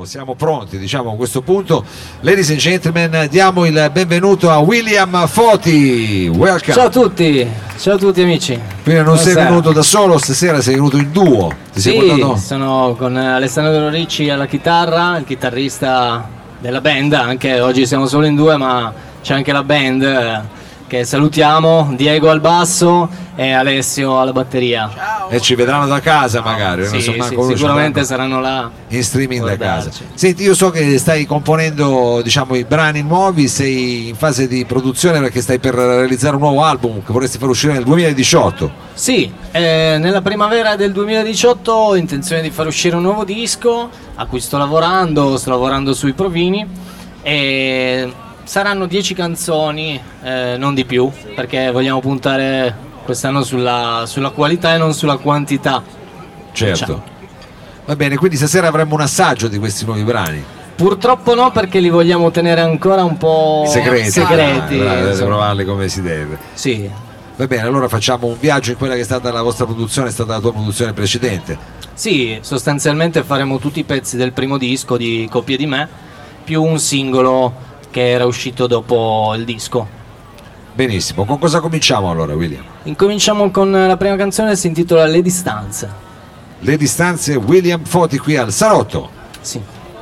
siamo pronti, diciamo, a questo punto. Ladies and gentlemen, diamo il benvenuto a William Foti. Welcome. Ciao a tutti amici. Quindi non sei venuto da solo stasera, sei venuto in duo. Sono con Alessandro Ricci alla chitarra, il chitarrista della band. Anche oggi siamo solo in due, ma c'è anche la band che salutiamo, Diego al basso e Alessio alla batteria. Ciao. E ci vedranno da casa magari, sì, sicuramente saranno là in streaming da casa. Senti, io so che stai componendo, diciamo, i brani nuovi, sei in fase di produzione perché stai per realizzare un nuovo album che vorresti far uscire nel 2018. Sì, nella primavera del 2018 ho intenzione di far uscire un nuovo disco a cui sto lavorando sui provini e saranno 10 canzoni, non di più, perché vogliamo puntare quest'anno sulla qualità e non sulla quantità. Certo. Diciamo. Va bene, quindi stasera avremo un assaggio di questi nuovi brani. Purtroppo no, perché li vogliamo tenere ancora un po' segreti. Provarli come si deve. Sì. Va bene, allora facciamo un viaggio in quella che è stata la vostra produzione, è stata la tua produzione precedente. Sì, sostanzialmente faremo tutti i pezzi del primo disco di Coppie di me, più un singolo che era uscito dopo il disco. Benissimo, con cosa cominciamo allora, William? Incominciamo con la prima canzone, si intitola Le distanze. Le distanze, William Foti qui al Salotto. Sì.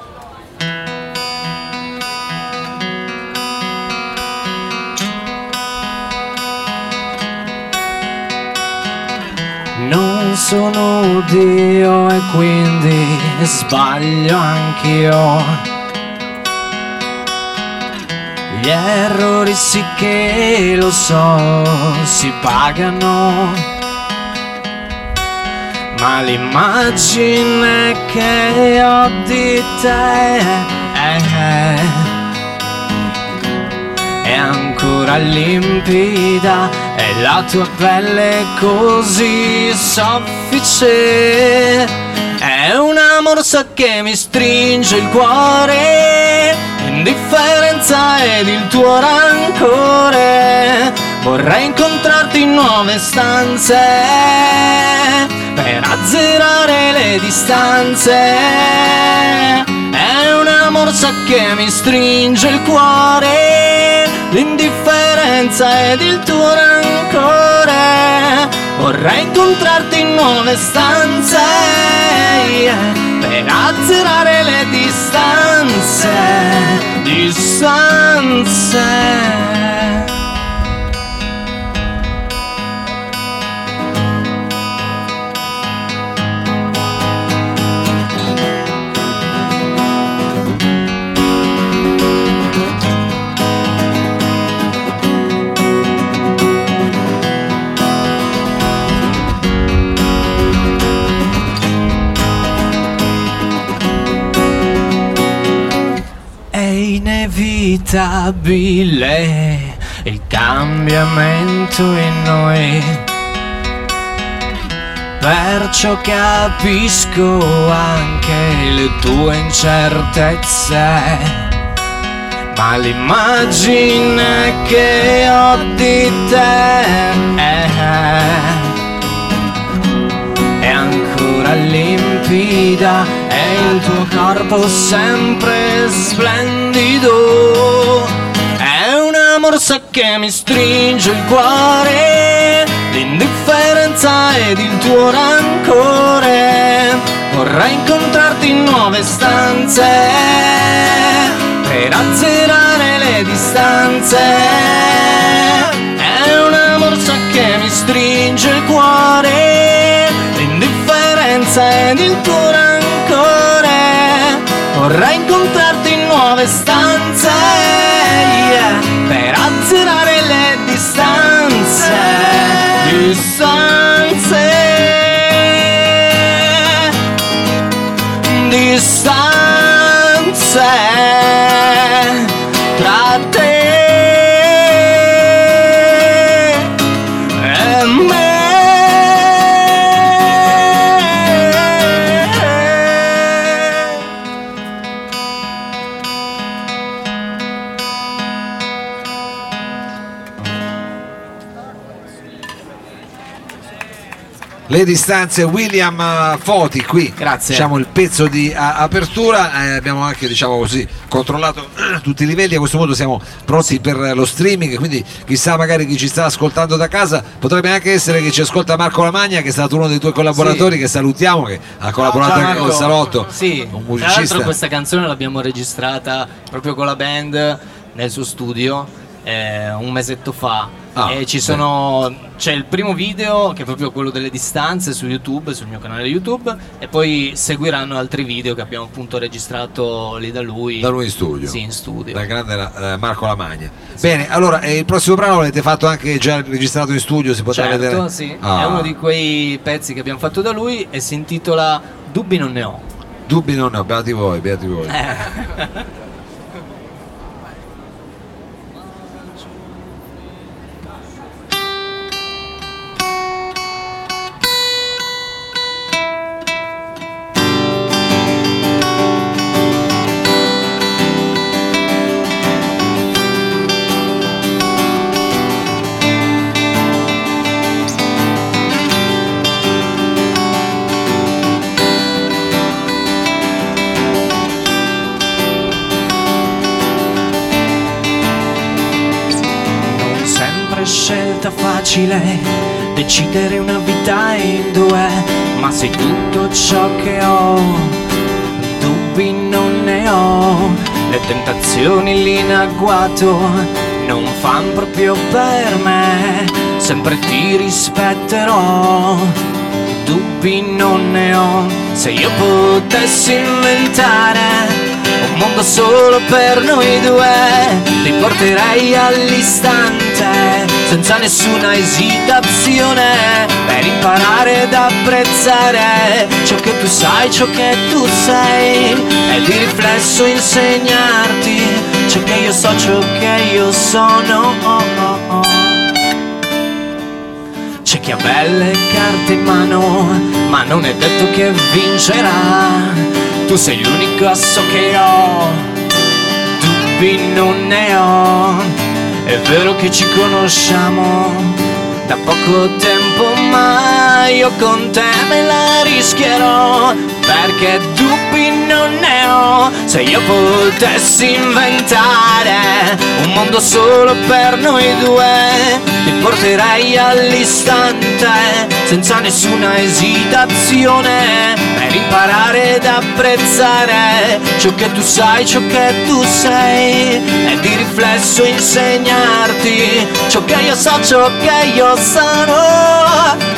Non sono Dio e quindi sbaglio anch'io. Gli errori sì che lo so, si pagano, ma l'immagine che ho di te è ancora limpida e la tua pelle così soffice. È una morsa che mi stringe il cuore, l'indifferenza ed il tuo rancore. Vorrei incontrarti in nuove stanze per azzerare le distanze. È una morsa che mi stringe il cuore, l'indifferenza ed il tuo rancore. Vorrei incontrarti in nuove stanze per azzerare le distanze. Inevitabile il cambiamento in noi, perciò capisco anche le tue incertezze, ma l'immagine che ho di te è ancora limpida e il tuo corpo sempre splendido. È una morsa che mi stringe il cuore, l'indifferenza ed il tuo rancore. Vorrei incontrarti in nuove stanze per azzerare le distanze. È una morsa che mi stringe il cuore, l'indifferenza ed il tuo rancore. Vorrei incontrarti in nuove stanze per azzerare le distanze. Distanze tra te e me. Le distanze, William Foti qui. Grazie. Diciamo il pezzo di apertura, abbiamo anche diciamo così controllato tutti i livelli, a questo punto siamo pronti per lo streaming, quindi chissà magari chi ci sta ascoltando da casa, potrebbe anche essere che ci ascolta Marco Lamagna, che è stato uno dei tuoi collaboratori, che salutiamo, che ha collaborato anche con Salotto, sì, un tra musicista. l'altro questa canzone l'abbiamo registrata proprio con la band nel suo studio un mesetto fa. E c'è il primo video che è proprio quello delle distanze su YouTube, sul mio canale YouTube, e poi seguiranno altri video che abbiamo appunto registrato lì da lui in studio. Sì, in studio. Dal grande Marco Lamagna. Sì. Bene, allora il prossimo brano l'avete fatto anche già registrato in studio, si potrà vedere? Sì, è uno di quei pezzi che abbiamo fatto da lui e si intitola Dubbi non ne ho. Dubbi non ne ho, beati voi. Scelta facile decidere una vita in due, ma sei tutto ciò che ho, dubbi non ne ho, le tentazioni lì in agguato non fan proprio per me, sempre ti rispetterò, dubbi non ne ho, se io potessi inventare un mondo solo per noi due, ti porterei all'istante, senza nessuna esitazione, per imparare ad apprezzare ciò che tu sai, ciò che tu sei, e di riflesso insegnarti ciò che io so, ciò che io sono. C'è chi ha belle carte in mano, ma non è detto che vincerà. Tu sei l'unico asso che ho, dubbi non ne ho. È vero che ci conosciamo da poco tempo, ma io con te me la rischierò, perché dubbi non ne ho. Se io potessi inventare un mondo solo per noi due, ti porterei all'istante, senza nessuna esitazione, per imparare ad apprezzare ciò che tu sai, ciò che tu sei, e di riflesso insegnarti ciò che io so, ciò che io sono.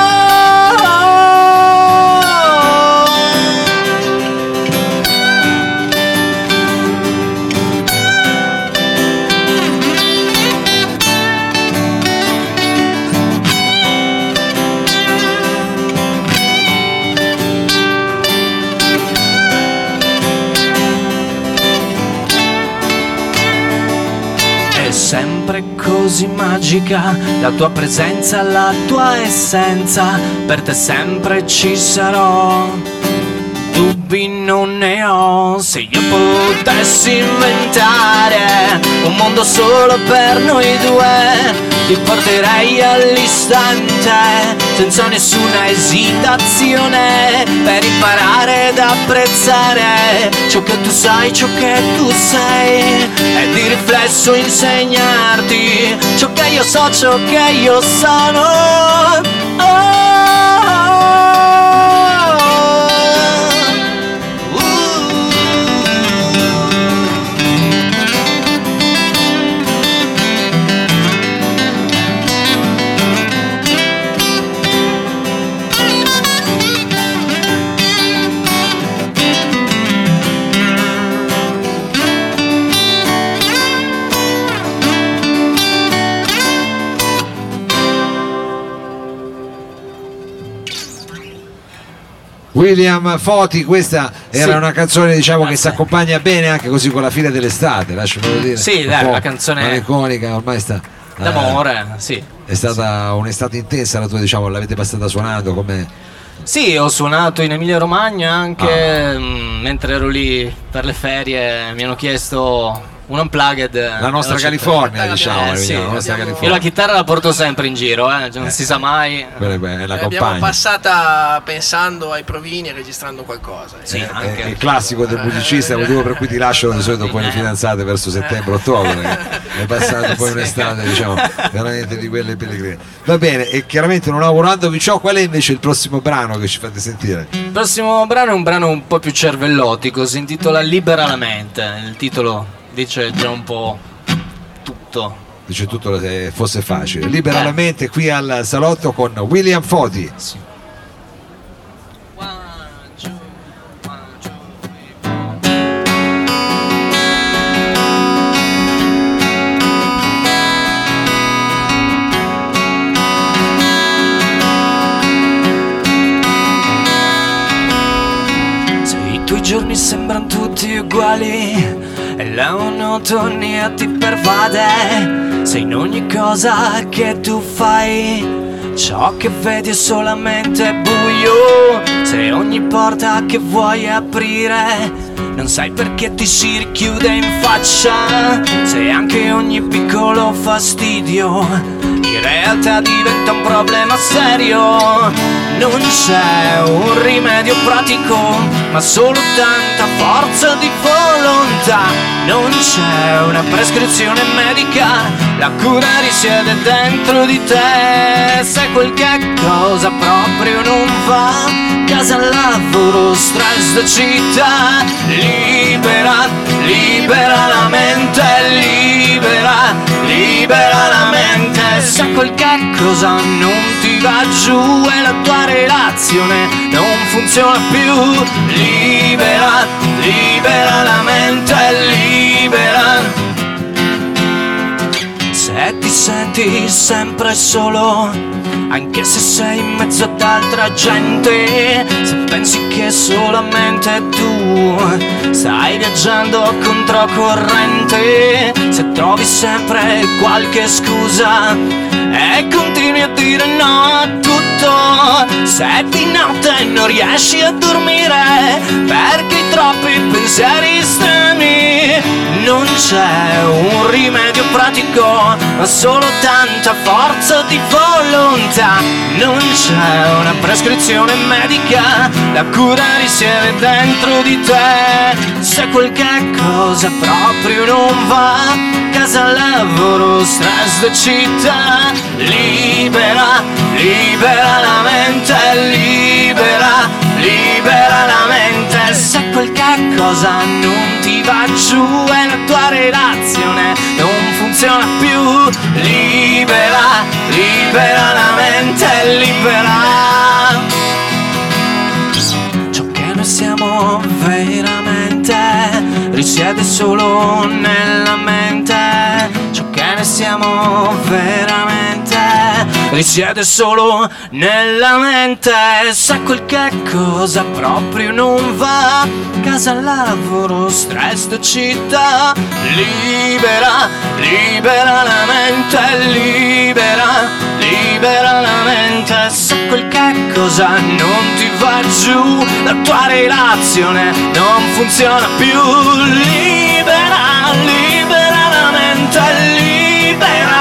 Sempre così magica la tua presenza, la tua essenza, per te sempre ci sarò, dubbi non ne ho. Se io potessi inventare un mondo solo per noi due, ti porterei all'istante, senza nessuna esitazione, per imparare ad apprezzare ciò che tu sai, ciò che tu sei, e di riflesso insegnarti ciò che io so, ciò che io sono. William Foti, questa era una canzone diciamo che si accompagna bene anche così con la fine dell'estate, lasciamelo dire. Sì, dai, una canzone maliconica, ormai sta d'amore, sì. È stata un'estate intensa la tua, diciamo, l'avete passata suonando come? Sì, ho suonato in Emilia Romagna anche mentre ero lì per le ferie, mi hanno chiesto un unplugged. La nostra California, diciamo. Sì, la nostra California. Io la chitarra la porto sempre in giro, non si sa mai. La L'abbiamo compagna. passata pensando ai provini e registrando qualcosa. Sì, anche. È il classico del musicista, il motivo per cui ti lasciano di solito poi le fidanzate verso settembre-ottobre. È passato poi un'estate, diciamo, veramente di quelle pellegrine. Va bene, e chiaramente non augurandovi ciò, qual è invece il prossimo brano che ci fate sentire? Il prossimo brano è un brano un po' più cervellotico, si intitola Libera la mente. Il titolo dice già un po' tutto. Dice tutto se fosse facile. Libera la mente qui al salotto con William Foti. Sì. Se i tuoi giorni sembrano tutti uguali e la monotonia ti pervade, se in ogni cosa che tu fai ciò che vedi è solamente buio, se ogni porta che vuoi aprire non sai perché ti si richiude in faccia, se anche ogni piccolo fastidio in realtà diventa un problema serio. Non c'è un rimedio pratico, ma solo tanta forza di volontà. Non c'è una prescrizione medica, la cura risiede dentro di te. Se qualche cosa proprio non va, casa, lavoro, stress da città, libera, libera la mente, libera, libera la mente. Se qualche cosa non ti va giù e la tua relazione non funziona più, libera, libera la mente, libera. Se ti senti sempre solo, anche se sei in mezzo ad altra gente, se pensi che solamente tu stai viaggiando controcorrente, se trovi sempre qualche scusa e continui a dire no a tutto, se di notte non riesci a dormire perché hai troppi pensieri strani, non c'è un rimedio pratico, ma solo tanta forza di volontà. Non c'è una prescrizione medica, la cura risiede dentro di te. Se qualche cosa proprio non va, casa, lavoro, stress da città, libera, libera la mente, libera, libera la mente. Se qualche cosa non ti va giù e la tua relazione non funziona più, libera, libera la mente, libera. Ciò che noi siamo veramente risiede solo nella mente. Ciò che noi siamo veramente risiede solo nella mente. Se qualche cosa proprio non va, casa, lavoro, stress da città, libera, libera la mente, libera, libera la mente. Se qualche cosa non ti va giù, la tua relazione non funziona più, libera, libera la mente, libera.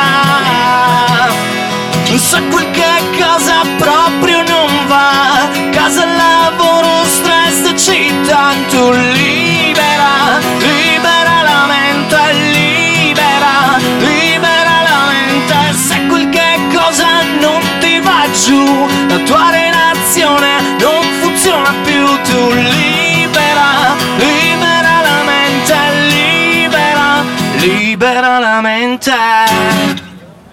Se qualche cosa proprio non va, casa, lavoro, stress da città, tu libera, libera la mente, libera, libera la mente. Se qualche cosa non ti va giù, la tua relazione non funziona più, tu libera, libera la mente, libera, libera la mente.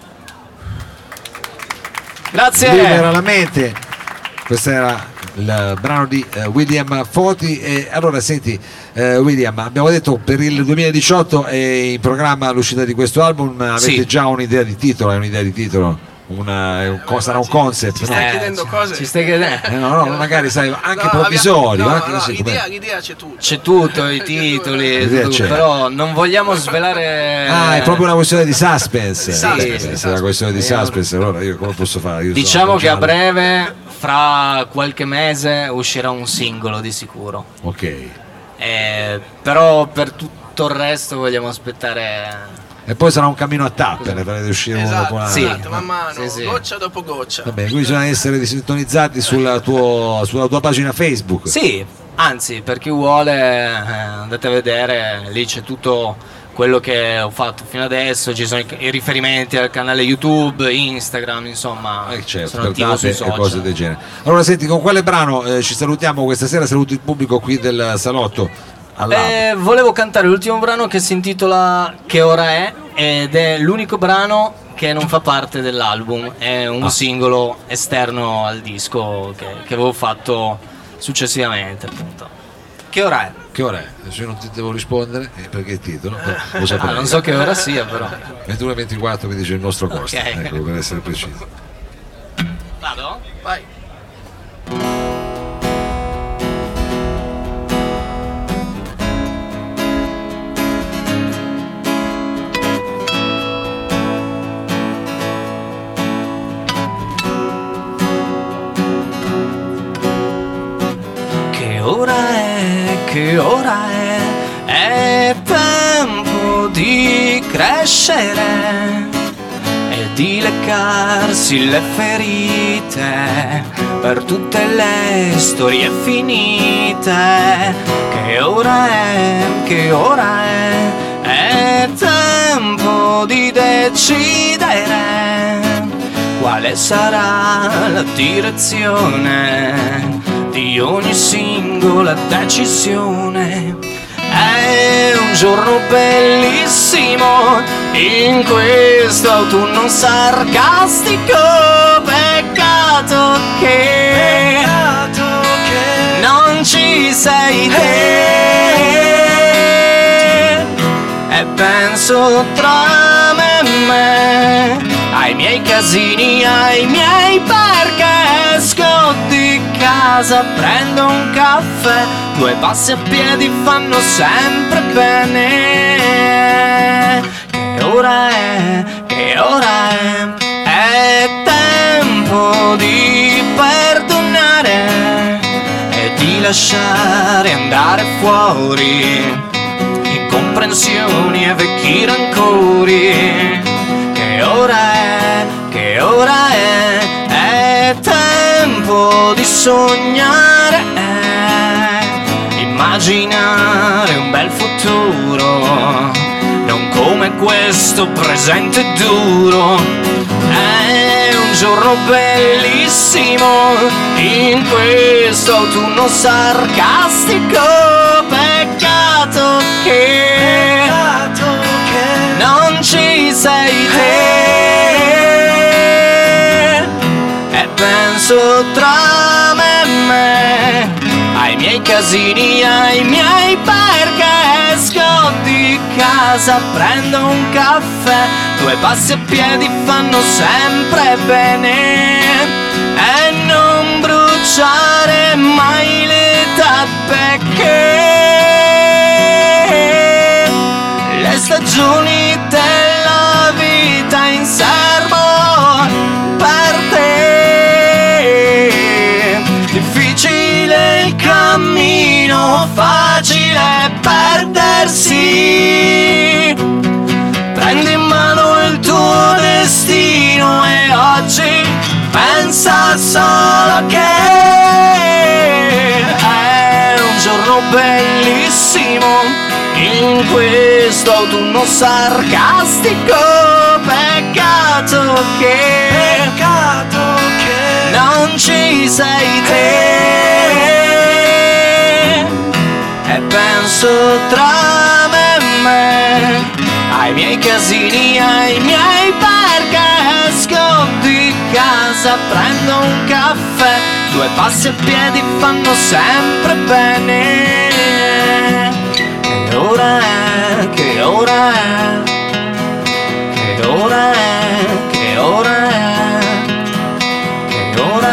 Grazie. Libera la mente. Questo era il brano di William Foti. E allora senti, William, abbiamo detto per il 2018 è in programma l'uscita di questo album, avete Sì. già un'idea di titolo? È un'idea di titolo? Sarà un concept? Ci stai chiedendo cose? Ci stai chiedendo? No, magari sai, anche No, provvisorio, no, anche no, così, com'è? l'idea c'è tutto. C'è tutto, i titoli, L'idea tutto, c'è. però non vogliamo svelare. Ah, è proprio una questione di suspense. suspense, Se è una questione di suspense, allora io come posso fare? Io Diciamo sono che a giallo. breve, fra qualche mese, uscirà un singolo di sicuro. Ok. Però per tutto il resto vogliamo aspettare. E poi sarà un cammino a tappe, ne farete uscire uno dopo Esatto, l'altro. esatto, man mano, Sì. goccia dopo goccia. Vabbè, quindi bisogna essere sintonizzati sulla tua pagina Facebook. Sì, anzi, per chi vuole andate a vedere, lì c'è tutto quello che ho fatto fino adesso, ci sono i riferimenti al canale YouTube, Instagram, insomma, Certo, sono per attivo date sui e social. cose del genere. Allora senti, con quale brano ci salutiamo questa sera? Saluto il pubblico qui del salotto Volevo cantare l'ultimo brano che si intitola Che ora è, ed è l'unico brano che non fa parte dell'album, è un singolo esterno al disco che avevo fatto successivamente, appunto. Che ora è? Che ora è? Adesso io non ti devo rispondere perché il titolo lo saprei. Non so che ora sia, però 21:24 mi dice il nostro Costa, Ok. ecco, per essere preciso. vado? Vai. Che ora è tempo di crescere e di leccarsi le ferite per tutte le storie finite. Che ora è tempo di decidere quale sarà la direzione di ogni singola decisione. È un giorno bellissimo in questo autunno sarcastico. Peccato che non ci sei te. E penso tra me e me ai miei casini, ai miei perché esco di casa, prendo un caffè, 2 passi a piedi fanno sempre bene. Che ora è tempo di perdonare e di lasciare andare fuori incomprensioni e vecchi rancori. Che ora è tempo di sognare, immaginare un bel futuro, non come questo presente duro. È un giorno bellissimo in questo autunno sarcastico. Peccato che non ci sei te. E penso tra me e me ai miei casini, ai miei perché esco di casa, prendo un caffè, 2 passi a piedi fanno sempre bene. E non bruciare mai le tappe, che le stagioni della vita in serbo per te. Difficile il cammino, facile perdersi. Prendi in mano il tuo destino e oggi pensa solo che è un giorno bellissimo in questo autunno sarcastico. Peccato che non ci sei te. E penso tra me e me ai miei casini, ai miei perché esco di casa, prendo un caffè, 2 passi a piedi fanno sempre bene. Che ora è, che ora è, che ora è, che ora è, che ora